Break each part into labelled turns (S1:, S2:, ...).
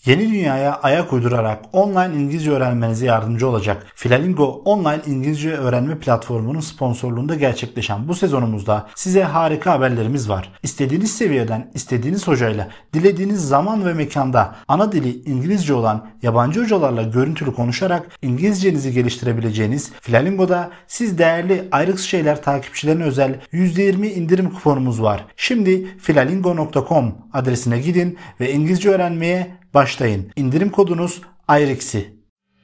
S1: Yeni dünyaya ayak uydurarak online İngilizce öğrenmenize yardımcı olacak Filalingo online İngilizce öğrenme platformunun sponsorluğunda gerçekleşen bu sezonumuzda size harika haberlerimiz var. İstediğiniz seviyeden, istediğiniz hocayla, dilediğiniz zaman ve mekanda ana dili İngilizce olan yabancı hocalarla görüntülü konuşarak İngilizcenizi geliştirebileceğiniz Filalingo'da siz değerli Ayrıks Şeyler takipçilerine özel %20 indirim kuponumuz var. Şimdi filalingo.com adresine gidin ve İngilizce öğrenmeye başlayın. İndirim kodunuz AYRIKS'i.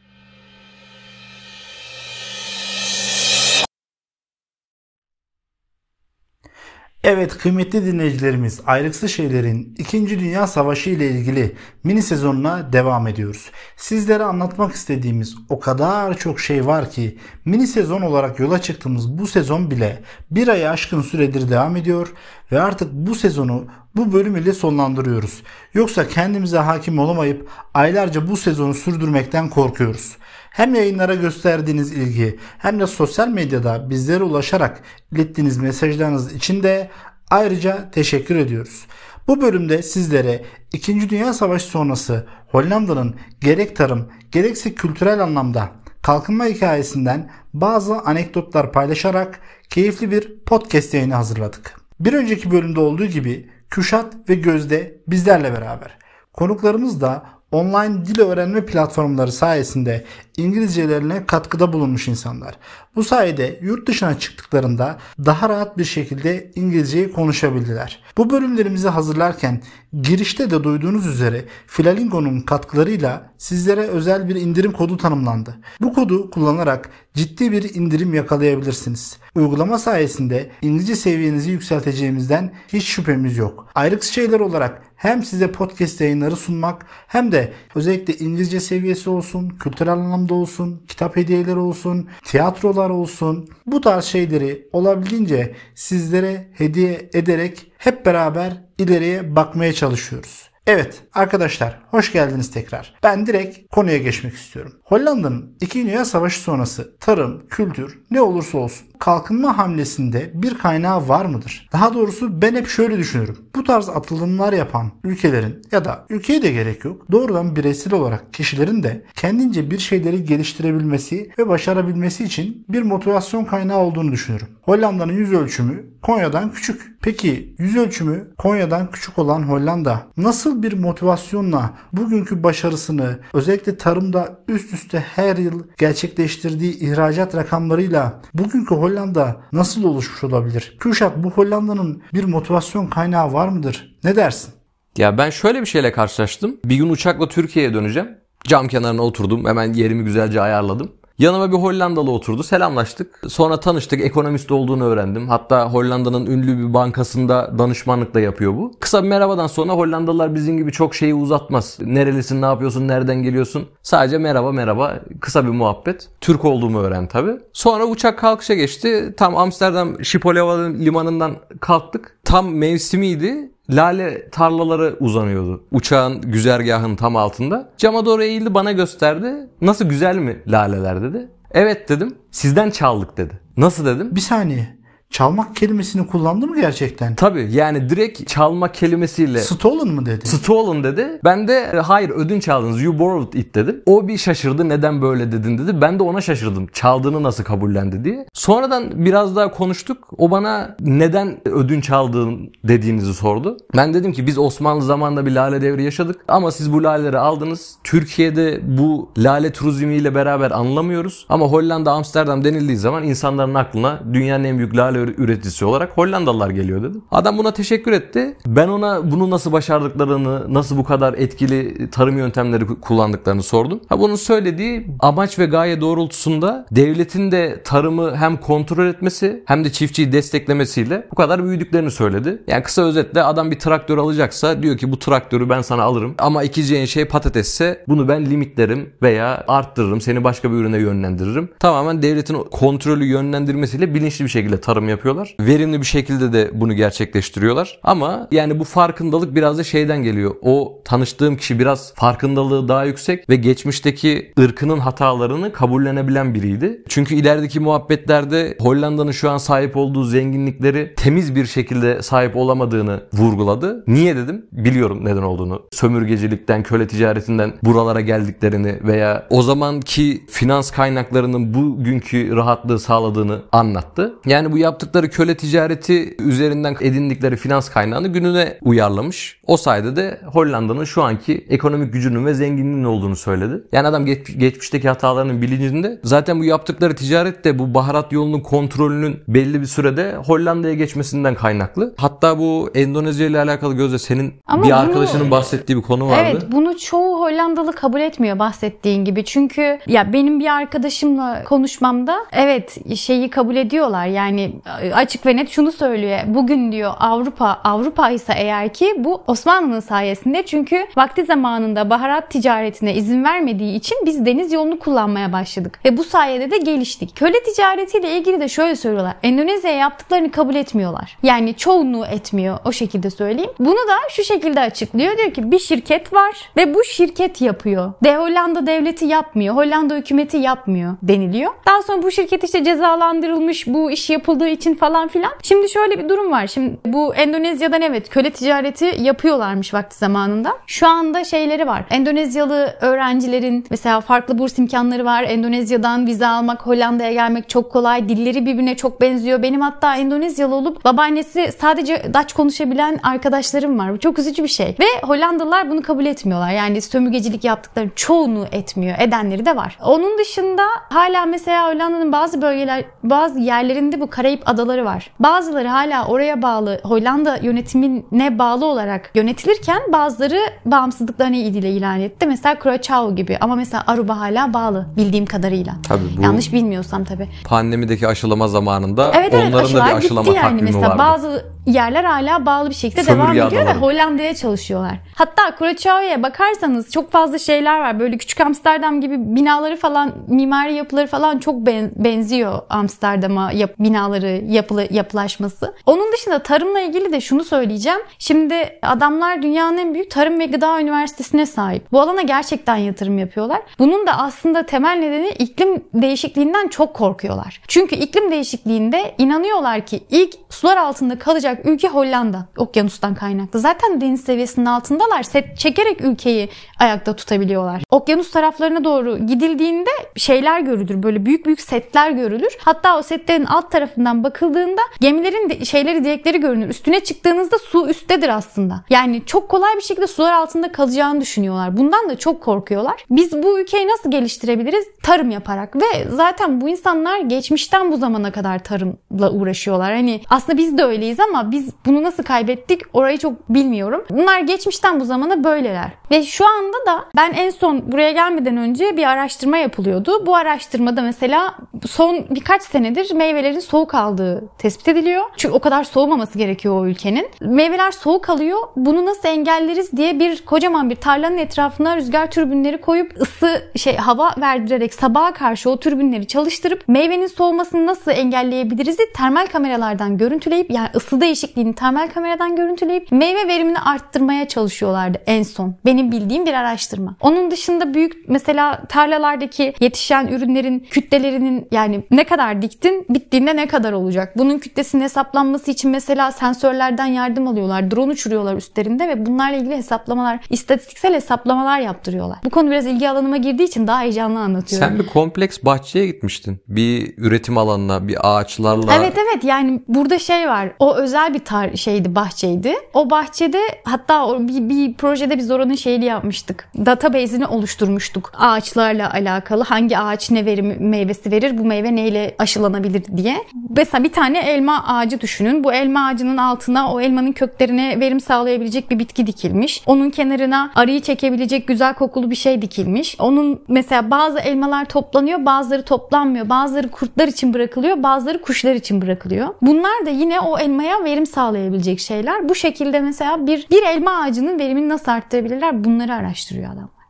S1: Evet kıymetli dinleyicilerimiz, Ayrıksı Şeyler'in 2. Dünya Savaşı ile ilgili mini sezonuna devam ediyoruz. Sizlere anlatmak istediğimiz o kadar çok şey var ki mini sezon olarak yola çıktığımız bu sezon bile bir ayı aşkın süredir devam ediyor ve artık bu sezonu bu bölüm ile sonlandırıyoruz. Yoksa kendimize hakim olamayıp aylarca bu sezonu sürdürmekten korkuyoruz. Hem yayınlara gösterdiğiniz ilgi hem de sosyal medyada bizlere ulaşarak ilettiğiniz mesajlarınız için de ayrıca teşekkür ediyoruz. Bu bölümde sizlere 2. Dünya Savaşı sonrası Hollanda'nın gerek tarım gerekse kültürel anlamda kalkınma hikayesinden bazı anekdotlar paylaşarak keyifli bir podcast yayını hazırladık. Bir önceki bölümde olduğu gibi Kürşat ve Gözde bizlerle beraber. Konuklarımız da online dil öğrenme platformları sayesinde İngilizcelerine katkıda bulunmuş insanlar. Bu sayede yurt dışına çıktıklarında daha rahat bir şekilde İngilizceyi konuşabildiler. Bu bölümlerimizi hazırlarken girişte de duyduğunuz üzere Filalingo'nun katkılarıyla sizlere özel bir indirim kodu tanımlandı. Bu kodu kullanarak ciddi bir indirim yakalayabilirsiniz. Uygulama sayesinde İngilizce seviyenizi yükselteceğimizden hiç şüphemiz yok. Ayrıks Şeyler olarak hem size podcast yayınları sunmak hem de özellikle İngilizce seviyesi olsun, kültürel anlamda olsun, kitap hediyeleri olsun, tiyatrolar olsun, bu tarz şeyleri olabildiğince sizlere hediye ederek hep beraber ileriye bakmaya çalışıyoruz. Evet arkadaşlar, hoş geldiniz tekrar. Ben direkt konuya geçmek istiyorum. Hollanda'nın 2. Dünya Savaşı sonrası tarım, kültür ne olursa olsun kalkınma hamlesinde bir kaynağı var mıdır? Daha doğrusu ben hep şöyle düşünürüm. Bu tarz atılımlar yapan ülkelerin ya da ülkeye de gerek yok, doğrudan bireysel olarak kişilerin de kendince bir şeyleri geliştirebilmesi ve başarabilmesi için bir motivasyon kaynağı olduğunu düşünüyorum. Hollanda'nın yüz ölçümü Konya'dan küçük. Peki yüz ölçümü Konya'dan küçük olan Hollanda nasıl bir motivasyonla bugünkü başarısını özellikle tarımda üst üste her yıl gerçekleştirdiği ihracat rakamlarıyla bugünkü Hollanda nasıl oluşmuş olabilir? Kürşat, bu Hollanda'nın bir motivasyon kaynağı var mıdır? Ne dersin?
S2: Ya ben şöyle bir şeyle karşılaştım. Bir gün uçakla Türkiye'ye döneceğim. Cam kenarına oturdum. Hemen yerimi güzelce ayarladım. Yanıma bir Hollandalı oturdu. Selamlaştık. Sonra tanıştık. Ekonomist olduğunu öğrendim. Hatta Hollanda'nın ünlü bir bankasında danışmanlık da yapıyor bu. Kısa bir merhabadan sonra Hollandalılar bizim gibi çok şeyi uzatmaz. Nerelisin, ne yapıyorsun, nereden geliyorsun? Sadece merhaba merhaba. Kısa bir muhabbet. Türk olduğumu öğren tabii. Sonra uçak kalkışa geçti. Tam Amsterdam Schiphol Havalimanı'ndan kalktık. Tam mevsimiydi. Lale tarlaları uzanıyordu. Uçağın güzergahının tam altında. Cama doğru eğildi, bana gösterdi. Nasıl, güzel mi laleler dedi. Evet dedim. Sizden çaldık dedi. Nasıl dedim.
S1: Bir saniye. Çalmak kelimesini kullandı mı gerçekten?
S2: Tabii, yani direkt çalmak kelimesiyle.
S1: Stolen mı dedi?
S2: Stolen dedi. Ben de hayır, ödünç aldınız, you borrowed it dedim. O bir şaşırdı, neden böyle dedin dedi. Ben de ona şaşırdım, çaldığını nasıl kabullendi diye. Sonradan biraz daha konuştuk. O bana neden ödünç aldığın dediğinizi sordu. Ben dedim ki biz Osmanlı zamanında bir lale devri yaşadık. Ama siz bu laleleri aldınız. Türkiye'de bu lale turizmiyle beraber anlamıyoruz. Ama Hollanda, Amsterdam denildiği zaman insanların aklına dünyanın en büyük lale üreticisi olarak Hollandalılar geliyor dedim. Adam buna teşekkür etti. Ben ona bunu nasıl başardıklarını, nasıl bu kadar etkili tarım yöntemleri kullandıklarını sordum. Bunun söylediği amaç ve gaye doğrultusunda devletin de tarımı hem kontrol etmesi hem de çiftçiyi desteklemesiyle bu kadar büyüdüklerini söyledi. Yani kısa özetle adam bir traktör alacaksa diyor ki bu traktörü ben sana alırım ama ekeceğin şey patatesse bunu ben limitlerim veya arttırırım, seni başka bir ürüne yönlendiririm. Tamamen devletin kontrolü, yönlendirmesiyle bilinçli bir şekilde tarım yapıyorlar. Verimli bir şekilde de bunu gerçekleştiriyorlar. Ama yani bu farkındalık biraz da şeyden geliyor. O tanıştığım kişi biraz farkındalığı daha yüksek ve geçmişteki ırkının hatalarını kabullenebilen biriydi. Çünkü ilerideki muhabbetlerde Hollanda'nın şu an sahip olduğu zenginlikleri temiz bir şekilde sahip olamadığını vurguladı. Niye dedim? Biliyorum neden olduğunu. Sömürgecilikten, köle ticaretinden buralara geldiklerini veya o zamanki finans kaynaklarının bugünkü rahatlığı sağladığını anlattı. Yani bu yaptıkları köle ticareti üzerinden edindikleri finans kaynağını gününe uyarlamış. O sayede de Hollanda'nın şu anki ekonomik gücünün ve zenginliğinin olduğunu söyledi. Yani adam geçmişteki hatalarının bilincinde. Zaten bu yaptıkları ticaret de bu baharat yolunun kontrolünün belli bir sürede Hollanda'ya geçmesinden kaynaklı. Hatta bu Endonezya ile alakalı Gözde senin
S3: ama
S2: bir arkadaşının bahsettiği bir konu vardı.
S3: Evet, bunu çoğu Hollandalı kabul etmiyor bahsettiğin gibi. Çünkü ya benim bir arkadaşımla konuşmamda evet şeyi kabul ediyorlar. Yani açık ve net şunu söylüyor. Bugün diyor Avrupa ise eğer ki bu Osmanlı'nın sayesinde, çünkü vakti zamanında baharat ticaretine izin vermediği için biz deniz yolunu kullanmaya başladık. Ve bu sayede de geliştik. Köle ticaretiyle ilgili de şöyle söylüyorlar. Endonezya'ya yaptıklarını kabul etmiyorlar. Yani çoğunluğu etmiyor, o şekilde söyleyeyim. Bunu da şu şekilde açıklıyor. Diyor ki bir şirket var ve bu şirket yapıyor. Hollanda devleti yapmıyor. Hollanda hükümeti yapmıyor deniliyor. Daha sonra bu şirket işte cezalandırılmış bu iş yapıldığı için falan filan. Şimdi şöyle bir durum var. Şimdi bu Endonezya'dan evet köle ticareti yapıyorlarmış vakti zamanında. Şu anda şeyleri var. Endonezyalı öğrencilerin mesela farklı burs imkanları var. Endonezya'dan vize almak, Hollanda'ya gelmek çok kolay. Dilleri birbirine çok benziyor. Benim hatta Endonezyalı olup babaannesi sadece Dutch konuşabilen arkadaşlarım var. Bu çok üzücü bir şey. Ve Hollandalılar bunu kabul etmiyorlar. Yani sömürgecilik yaptıkları çoğunu etmiyor. Edenleri de var. Onun dışında hala mesela Hollanda'nın bazı yerlerinde bu Karayip adaları var. Bazıları hala oraya bağlı, Hollanda yönetimine bağlı olarak yönetilirken bazıları bağımsızlıklarını ilan etti. Mesela Curaçao gibi. Ama mesela Aruba hala bağlı bildiğim kadarıyla.
S2: Tabii bu
S3: yanlış bilmiyorsam tabii.
S2: Pandemideki aşılama zamanında
S3: evet,
S2: onların da bir aşılama
S3: gitti yani.
S2: takvimi
S3: mesela
S2: vardı.
S3: Bazı yerler hala bağlı bir şekilde
S2: Sömürge
S3: devam ediyor
S2: adaları.
S3: ve Hollanda'ya çalışıyorlar. Hatta Curaçao'ya bakarsanız çok fazla şeyler var. Böyle küçük Amsterdam gibi binaları falan, mimari yapıları falan çok benziyor Amsterdam'a binaları, yapılaşması. Onun dışında tarımla ilgili de şunu söyleyeceğim. Şimdi adamlar dünyanın en büyük tarım ve gıda üniversitesine sahip. Bu alana gerçekten yatırım yapıyorlar. Bunun da aslında temel nedeni iklim değişikliğinden çok korkuyorlar. Çünkü iklim değişikliğinde inanıyorlar ki ilk sular altında kalacak ülke Hollanda. Okyanustan kaynaklı. Zaten deniz seviyesinin altındalar. Set çekerek ülkeyi ayakta tutabiliyorlar. Okyanus taraflarına doğru gidildiğinde şeyler görülür. Böyle büyük büyük setler görülür. Hatta o setlerin alt tarafından bakıldığında gemilerin direkleri görünür. Üstüne çıktığınızda su üsttedir aslında. Yani çok kolay bir şekilde sular altında kalacağını düşünüyorlar. Bundan da çok korkuyorlar. Biz bu ülkeyi nasıl geliştirebiliriz? Tarım yaparak. Ve zaten bu insanlar geçmişten bu zamana kadar tarımla uğraşıyorlar. Hani aslında biz de öyleyiz ama biz bunu nasıl kaybettik orayı çok bilmiyorum. Bunlar geçmişten bu zamana böyleler. Ve şu anda da ben en son buraya gelmeden önce bir araştırma yapılıyordu. Bu araştırmada mesela son birkaç senedir meyvelerin soğuk aldığı tespit ediliyor. Çünkü o kadar soğumaması gerekiyor o ülkenin. Meyveler soğuk alıyor. Bunu nasıl engelleriz diye kocaman bir tarlanın etrafına rüzgar türbinleri koyup hava verdirerek sabaha karşı o türbinleri çalıştırıp meyvenin soğumasını nasıl engelleyebiliriz'i termal kameralardan görüntüleyip, yani ısı değişikliğini termal kameradan görüntüleyip meyve verimini arttırmaya çalışıyorlardı en son. Benim bildiğim bir araştırma. Onun dışında büyük mesela tarlalardaki yetişen ürünlerin kütlelerinin, yani ne kadar diktin, bittiğinde ne kadar olacak? Bunun kütlesinin hesaplanması için mesela sensörlerden yardım alıyorlar. Drone uçuruyorlar üstlerinde ve bunlarla ilgili hesaplamalar, istatistiksel hesaplamalar yaptırıyorlar. Bu konu biraz ilgi alanıma girdiği için daha heyecanlı anlatıyorum.
S2: Sen bir kompleks bahçeye gitmiştin. Bir üretim alanına, bir ağaçlarla.
S3: Evet yani burada var. O özel bir bahçeydi. O bahçede hatta bir projede biz oranın yapmıştık. Database'ini oluşturmuştuk. Ağaçlarla alakalı hangi ağaç ne meyvesi verir, bu meyve neyle aşılanabilir diye. Mesela bir tane elma ağacı düşünün. Bu elma ağacının altına o elmanın köklerine verim sağlayabilecek bir bitki dikilmiş. Onun kenarına arıyı çekebilecek güzel kokulu bir şey dikilmiş. Onun mesela bazı elmalar toplanıyor, bazıları toplanmıyor. Bazıları kurtlar için bırakılıyor, bazıları kuşlar için bırakılıyor. Bunlar da yine o elmaya verim sağlayabilecek şeyler. Bu şekilde mesela bir elma ağacının verimini nasıl arttırabilirler? Bunları araştırıyor adamlar.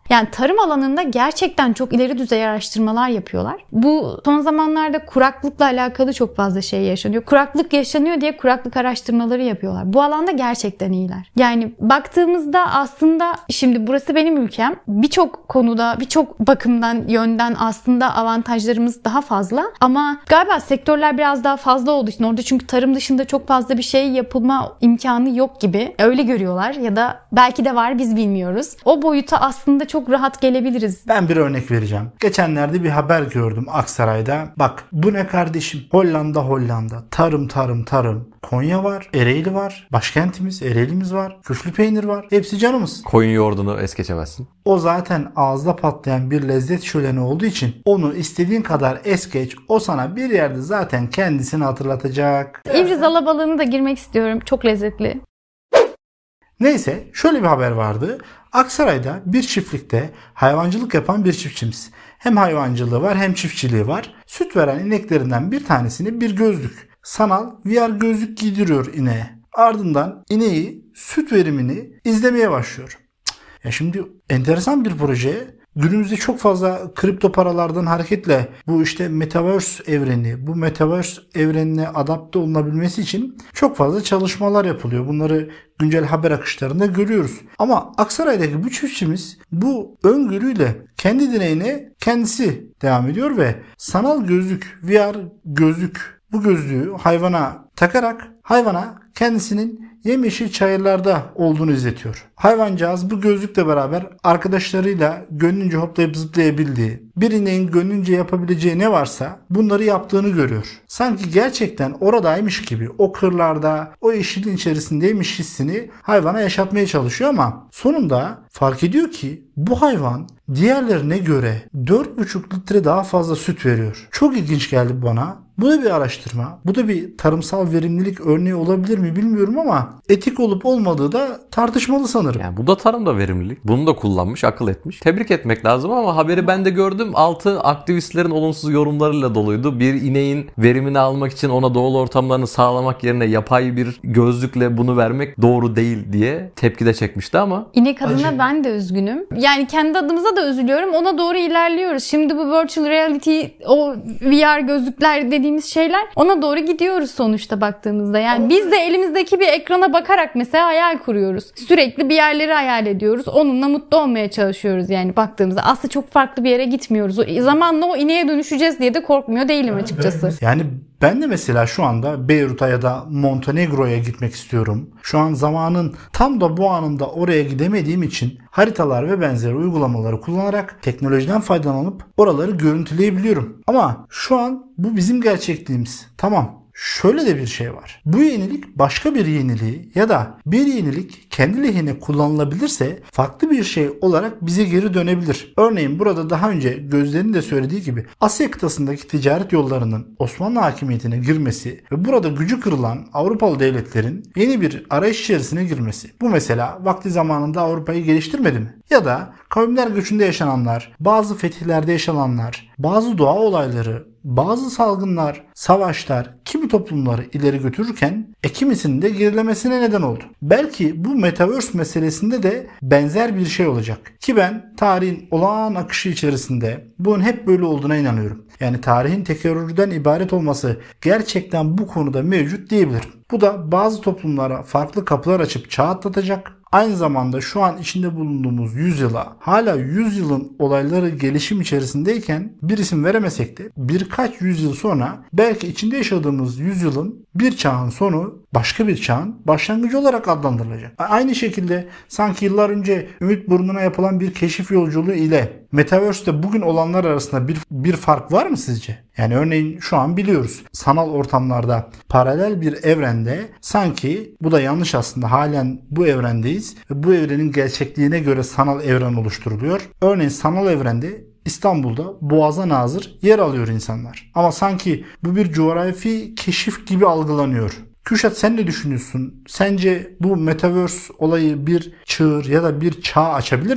S3: Yani tarım alanında gerçekten çok ileri düzey araştırmalar yapıyorlar. Bu son zamanlarda kuraklıkla alakalı çok fazla şey yaşanıyor. Kuraklık yaşanıyor diye kuraklık araştırmaları yapıyorlar. Bu alanda gerçekten iyiler. Yani baktığımızda aslında şimdi burası benim ülkem. Birçok konuda, birçok bakımdan, yönden aslında avantajlarımız daha fazla. Ama galiba sektörler biraz daha fazla olduğu için orada, çünkü tarım dışında çok fazla bir şey yapılma imkanı yok gibi. Öyle görüyorlar ya da belki de var, biz bilmiyoruz. O boyuta aslında çok rahat gelebiliriz.
S1: Ben bir örnek vereceğim. Geçenlerde bir haber gördüm Aksaray'da. Bak bu ne kardeşim? Hollanda. Tarım. Konya var, Ereğli var, başkentimiz, Ereğli'miz var, küflü peynir var. Hepsi canımız.
S2: Koyun yoğurdunu es geçemezsin.
S1: O zaten ağızda patlayan bir lezzet şöleni olduğu için onu istediğin kadar es geç. O sana bir yerde zaten kendisini hatırlatacak.
S3: İvriz alabalığını da girmek istiyorum. Çok lezzetli.
S1: Neyse, şöyle bir haber vardı. Aksaray'da bir çiftlikte hayvancılık yapan bir çiftçimiz. Hem hayvancılığı var hem çiftçiliği var. Süt veren ineklerinden bir tanesini bir gözlük, sanal VR gözlük giydiriyor ineğe. Ardından ineği süt verimini izlemeye başlıyor. Ya şimdi enteresan bir proje. Günümüzde çok fazla kripto paralardan hareketle bu işte Metaverse evreni, bu Metaverse evrenine adapte olunabilmesi için çok fazla çalışmalar yapılıyor. Bunları güncel haber akışlarında görüyoruz. Ama Aksaray'daki bu çiftçimiz bu öngörüyle kendi dineğine kendisi devam ediyor ve sanal gözlük, VR gözlük, bu gözlüğü hayvana takarak hayvana kendisinin yemyeşil çayırlarda olduğunu izletiyor. Hayvancağız bu gözlükle beraber arkadaşlarıyla gönlünce hoplayıp zıplayabildiği, bir ineğin gönlünce yapabileceği ne varsa bunları yaptığını görüyor. Sanki gerçekten oradaymış gibi, o kırlarda, o yeşilin içerisindeymiş hissini hayvana yaşatmaya çalışıyor ama sonunda fark ediyor ki bu hayvan diğerlerine göre 4,5 litre daha fazla süt veriyor. Çok ilginç geldi bana. Bu da bir araştırma. Bu da bir tarımsal verimlilik örneği olabilir mi bilmiyorum ama etik olup olmadığı da tartışmalı sanırım.
S2: Yani bu da tarımda verimlilik. Bunu da kullanmış, akıl etmiş. Tebrik etmek lazım ama haberi ben de gördüm. Altı aktivistlerin olumsuz yorumlarıyla doluydu. Bir ineğin verimini almak için ona doğal ortamlarını sağlamak yerine yapay bir gözlükle bunu vermek doğru değil diye tepki de çekmişti ama.
S3: İnek adına ben de üzgünüm. Yani kendi adımıza da üzülüyorum. Ona doğru ilerliyoruz. Şimdi bu virtual reality, o VR gözlükler dediğimiz şeyler, ona doğru gidiyoruz sonuçta baktığımızda. Yani biz de elimizdeki bir ekrana bakarak mesela hayal kuruyoruz. Sürekli bir yerleri hayal ediyoruz. Onunla mutlu olmaya çalışıyoruz yani baktığımızda. Aslında çok farklı bir yere gitmiyoruz. Zamanla o ineğe dönüşeceğiz diye de korkmuyor değilim açıkçası.
S1: Yani ben de mesela şu anda Beyrut'a ya da Montenegro'ya gitmek istiyorum. Şu an zamanın tam da bu anında oraya gidemediğim için haritalar ve benzeri uygulamaları kullanarak teknolojiden faydalanıp oraları görüntüleyebiliyorum. Ama şu an bu bizim gerçekliğimiz. Tamam. Şöyle de bir şey var. Bu yenilik başka bir yeniliği ya da bir yenilik kendi lehine kullanılabilirse farklı bir şey olarak bize geri dönebilir. Örneğin burada daha önce Gözler'in de söylediği gibi Asya kıtasındaki ticaret yollarının Osmanlı hakimiyetine girmesi ve burada gücü kırılan Avrupalı devletlerin yeni bir arayış içerisine girmesi. Bu mesela vakti zamanında Avrupa'yı geliştirmedi mi? Ya da kavimler göçünde yaşananlar, bazı fetihlerde yaşananlar, bazı doğa olayları, bazı salgınlar, savaşlar kimi toplumları ileri götürürken kimisinin de gerilemesine neden oldu. Belki bu Metaverse meselesinde de benzer bir şey olacak. Ki ben tarihin olağan akışı içerisinde bunun hep böyle olduğuna inanıyorum. Yani tarihin tekerrürden ibaret olması gerçekten bu konuda mevcut diyebilirim. Bu da bazı toplumlara farklı kapılar açıp çağ atlatacak. Aynı zamanda şu an içinde bulunduğumuz yüzyıla, hala yüzyılın olayları gelişim içerisindeyken bir isim veremesek de birkaç yüzyıl sonra belki içinde yaşadığımız yüzyılın bir çağın sonu başka bir çağın başlangıcı olarak adlandırılacak. Aynı şekilde sanki yıllar önce Ümit Burnu'na yapılan bir keşif yolculuğu ile Metaverse'de bugün olanlar arasında bir fark var mı sizce? Yani örneğin şu an biliyoruz sanal ortamlarda paralel bir evrende sanki bu da yanlış aslında halen bu evrendeyiz ve bu evrenin gerçekliğine göre sanal evren oluşturuluyor. Örneğin sanal evrende İstanbul'da Boğaz'a nazır yer alıyor insanlar. Ama sanki bu bir coğrafi keşif gibi algılanıyor. Kürşat sen ne düşünüyorsun? Sence bu Metaverse olayı bir çığır ya da bir çağ açabilir mi?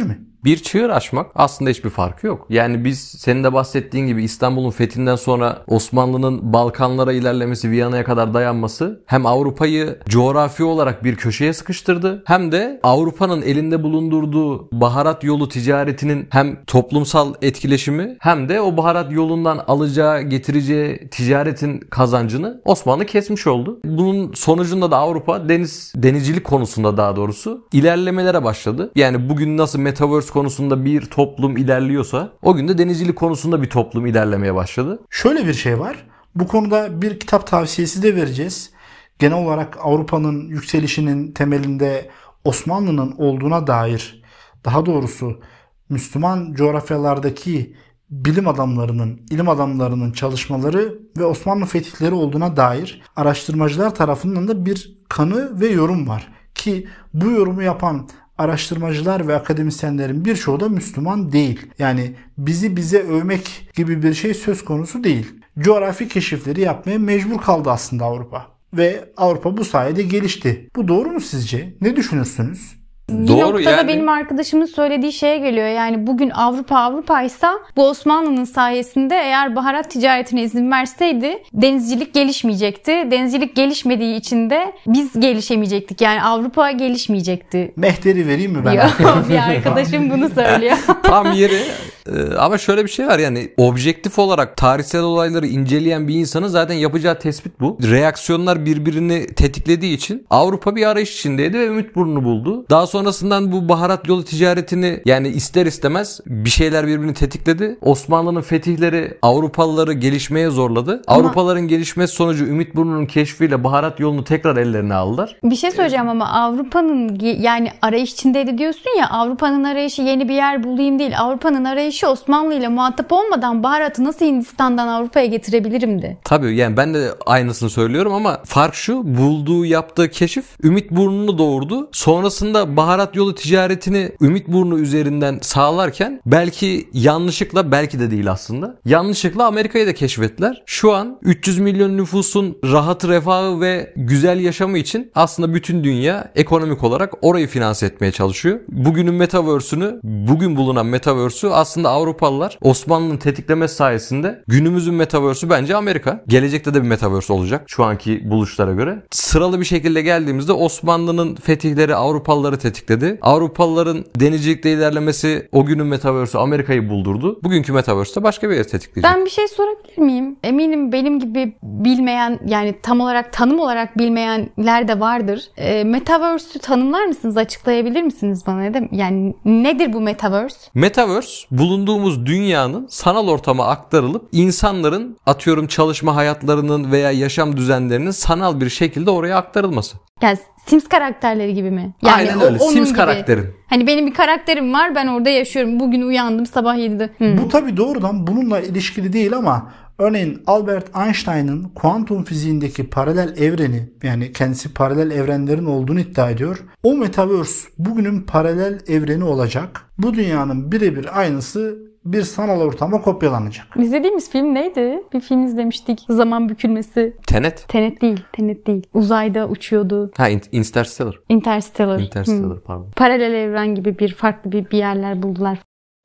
S2: bir çığır açmak aslında hiçbir farkı yok. Yani biz senin de bahsettiğin gibi İstanbul'un fethinden sonra Osmanlı'nın Balkanlara ilerlemesi, Viyana'ya kadar dayanması hem Avrupa'yı coğrafi olarak bir köşeye sıkıştırdı hem de Avrupa'nın elinde bulundurduğu baharat yolu ticaretinin hem toplumsal etkileşimi hem de o baharat yolundan alacağı, getireceği ticaretin kazancını Osmanlı kesmiş oldu. Bunun sonucunda da Avrupa denizcilik konusunda daha doğrusu ilerlemelere başladı. Yani bugün nasıl Metaverse konusunda bir toplum ilerliyorsa o gün de denizcilik konusunda bir toplum ilerlemeye başladı.
S1: Şöyle bir şey var. Bu konuda bir kitap tavsiyesi de vereceğiz. Genel olarak Avrupa'nın yükselişinin temelinde Osmanlı'nın olduğuna dair, daha doğrusu Müslüman coğrafyalardaki bilim adamlarının, ilim adamlarının çalışmaları ve Osmanlı fetihleri olduğuna dair araştırmacılar tarafından da bir kanı ve yorum var. Ki bu yorumu yapan araştırmacılar ve akademisyenlerin birçoğu da Müslüman değil. Yani bize övmek gibi bir şey söz konusu değil. Coğrafi keşifleri yapmaya mecbur kaldı aslında Avrupa. Ve Avrupa bu sayede gelişti. Bu doğru mu sizce? Ne düşünürsünüz?
S3: Bir
S2: Doğru
S3: noktada
S2: yani.
S3: benim arkadaşımın söylediği şeye geliyor. Yani bugün Avrupa'ysa bu Osmanlı'nın sayesinde eğer baharat ticaretine izin verseydi denizcilik gelişmeyecekti. Denizcilik gelişmediği için de biz gelişemeyecektik. Yani Avrupa gelişmeyecekti.
S1: Mehteri vereyim mi ben?
S3: Yok, bir arkadaşım bunu söylüyor.
S2: Tam yeri. Ama şöyle bir şey var, yani objektif olarak tarihsel olayları inceleyen bir insanın zaten yapacağı tespit bu. Reaksiyonlar birbirini tetiklediği için Avrupa bir arayış içindeydi ve ümit burnunu buldu. Daha sonrasından bu baharat yolu ticaretini, yani ister istemez bir şeyler birbirini tetikledi. Osmanlı'nın fetihleri Avrupalıları gelişmeye zorladı. Avrupalıların gelişmesi sonucu ümit burnunun keşfiyle baharat yolunu tekrar ellerine aldılar.
S3: Bir şey söyleyeceğim ama Avrupa'nın yani arayış içindeydi diyorsun ya, Avrupa'nın arayışı yeni bir yer bulayım değil. Avrupa'nın arayışı Osmanlı ile muhatap olmadan baharatı nasıl Hindistan'dan Avrupa'ya getirebilirimdi.
S2: Tabii yani ben de aynısını söylüyorum ama fark şu: bulduğu, yaptığı keşif ümit burnunu doğurdu. Sonrasında baharat yolu ticaretini ümit burnu üzerinden sağlarken belki yanlışlıkla, belki de değil aslında, yanlışlıkla Amerika'yı da keşfettiler. Şu an 300 milyon nüfusun rahat, refahı ve güzel yaşamı için aslında bütün dünya ekonomik olarak orayı finanse etmeye çalışıyor. Bugünün Metaverse'ünü, bugün bulunan Metaverse'ü aslında Avrupalılar Osmanlı'nın tetiklemesi sayesinde, günümüzün Metaverse'ü bence Amerika. Gelecekte de bir Metaverse olacak şu anki buluşlara göre. Sıralı bir şekilde geldiğimizde Osmanlı'nın fetihleri Avrupalıları tetikledi. Avrupalıların denizcilikte ilerlemesi o günün Metaverse'ü Amerika'yı buldurdu. Bugünkü Metaverse'de başka bir yer tetikleyecek.
S3: Ben bir şey sorabilir miyim? Eminim benim gibi bilmeyen, yani tam olarak tanım olarak bilmeyenler de vardır. Metaverse'ü tanımlar mısınız? Açıklayabilir misiniz bana? Yani nedir bu Metaverse?
S2: Metaverse, bulunduğumuz dünyanın sanal ortama aktarılıp insanların, atıyorum, çalışma hayatlarının veya yaşam düzenlerinin sanal bir şekilde oraya aktarılması.
S3: Yani Sims karakterleri gibi mi? Yani
S2: aynen öyle.
S3: Onun
S2: Sims
S3: gibi.
S2: karakterin.
S3: Hani benim bir karakterim var, ben orada yaşıyorum. Bugün uyandım sabah 7'de.
S1: Bu tabii doğrudan bununla ilişkili değil ama örneğin Albert Einstein'ın kuantum fiziğindeki paralel evreni, yani kendisi paralel evrenlerin olduğunu iddia ediyor. O Metaverse bugünün paralel evreni olacak. Bu dünyanın birebir aynısı bir sanal ortama kopyalanacak.
S3: İzlediğimiz film neydi? Bir film izlemiştik. Zaman bükülmesi.
S2: Tenet.
S3: Tenet değil. Uzayda uçuyordu.
S2: Ha, Interstellar.
S3: Interstellar.
S2: Pardon.
S3: Paralel evren gibi farklı bir yerler buldular.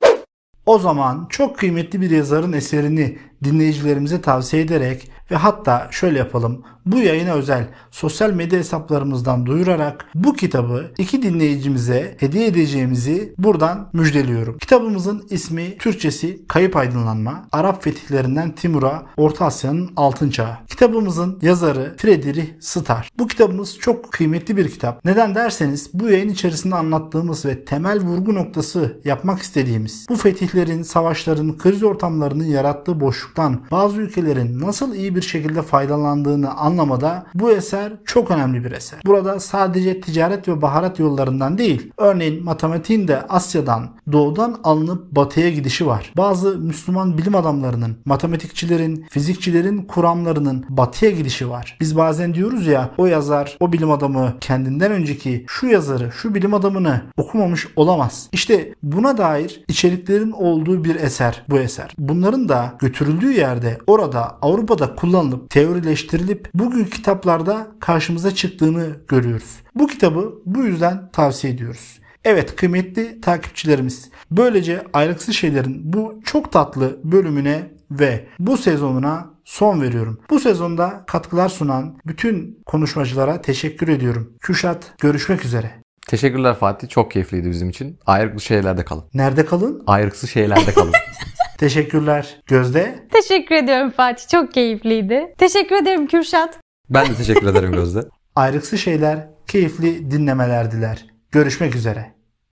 S1: O zaman çok kıymetli bir yazarın eserini dinleyicilerimize tavsiye ederek ve hatta şöyle yapalım, bu yayına özel sosyal medya hesaplarımızdan duyurarak bu kitabı 2 dinleyicimize hediye edeceğimizi buradan müjdeliyorum. Kitabımızın ismi, Türkçesi Kayıp Aydınlanma, Arap Fetihlerinden Timur'a, Orta Asya'nın Altın Çağı. Kitabımızın yazarı Friedrich Starr. Bu kitabımız çok kıymetli bir kitap. Neden derseniz bu yayın içerisinde anlattığımız ve temel vurgu noktası yapmak istediğimiz bu fetihlerin, savaşların, kriz ortamlarının yarattığı boşluktan bazı ülkelerin nasıl iyi bir şekilde faydalandığını anlamada bu eser çok önemli bir eser. Burada sadece ticaret ve baharat yollarından değil, örneğin matematiğin de Asya'dan, doğudan alınıp batıya gidişi var. Bazı Müslüman bilim adamlarının, matematikçilerin, fizikçilerin kuramlarının batıya gidişi var. Biz bazen diyoruz ya, o yazar, o bilim adamı kendinden önceki şu yazarı, şu bilim adamını okumamış olamaz. İşte buna dair içeriklerin olduğu bir eser bu eser. Bunların da götürüldüğü yerde, orada Avrupa'da kullanılıp teorileştirilip bugün kitaplarda karşımıza çıktığını görüyoruz. Bu kitabı bu yüzden tavsiye ediyoruz. Evet kıymetli takipçilerimiz, böylece Ayrıksız Şeyler'in bu çok tatlı bölümüne ve bu sezonuna son veriyorum. Bu sezonda katkılar sunan bütün konuşmacılara teşekkür ediyorum. Kürşat, görüşmek üzere.
S2: Teşekkürler Fatih. Çok keyifliydi bizim için. Ayrıksız şeylerde kalın.
S1: Nerede kalın?
S2: Ayrıksız şeylerde kalın.
S1: Teşekkürler Gözde.
S3: Teşekkür ediyorum Fatih. Çok keyifliydi. Teşekkür ederim Kürşat.
S2: Ben de teşekkür ederim Gözde.
S1: Ayrıksız Şeyler keyifli dinlemeler diler. Görüşmek üzere.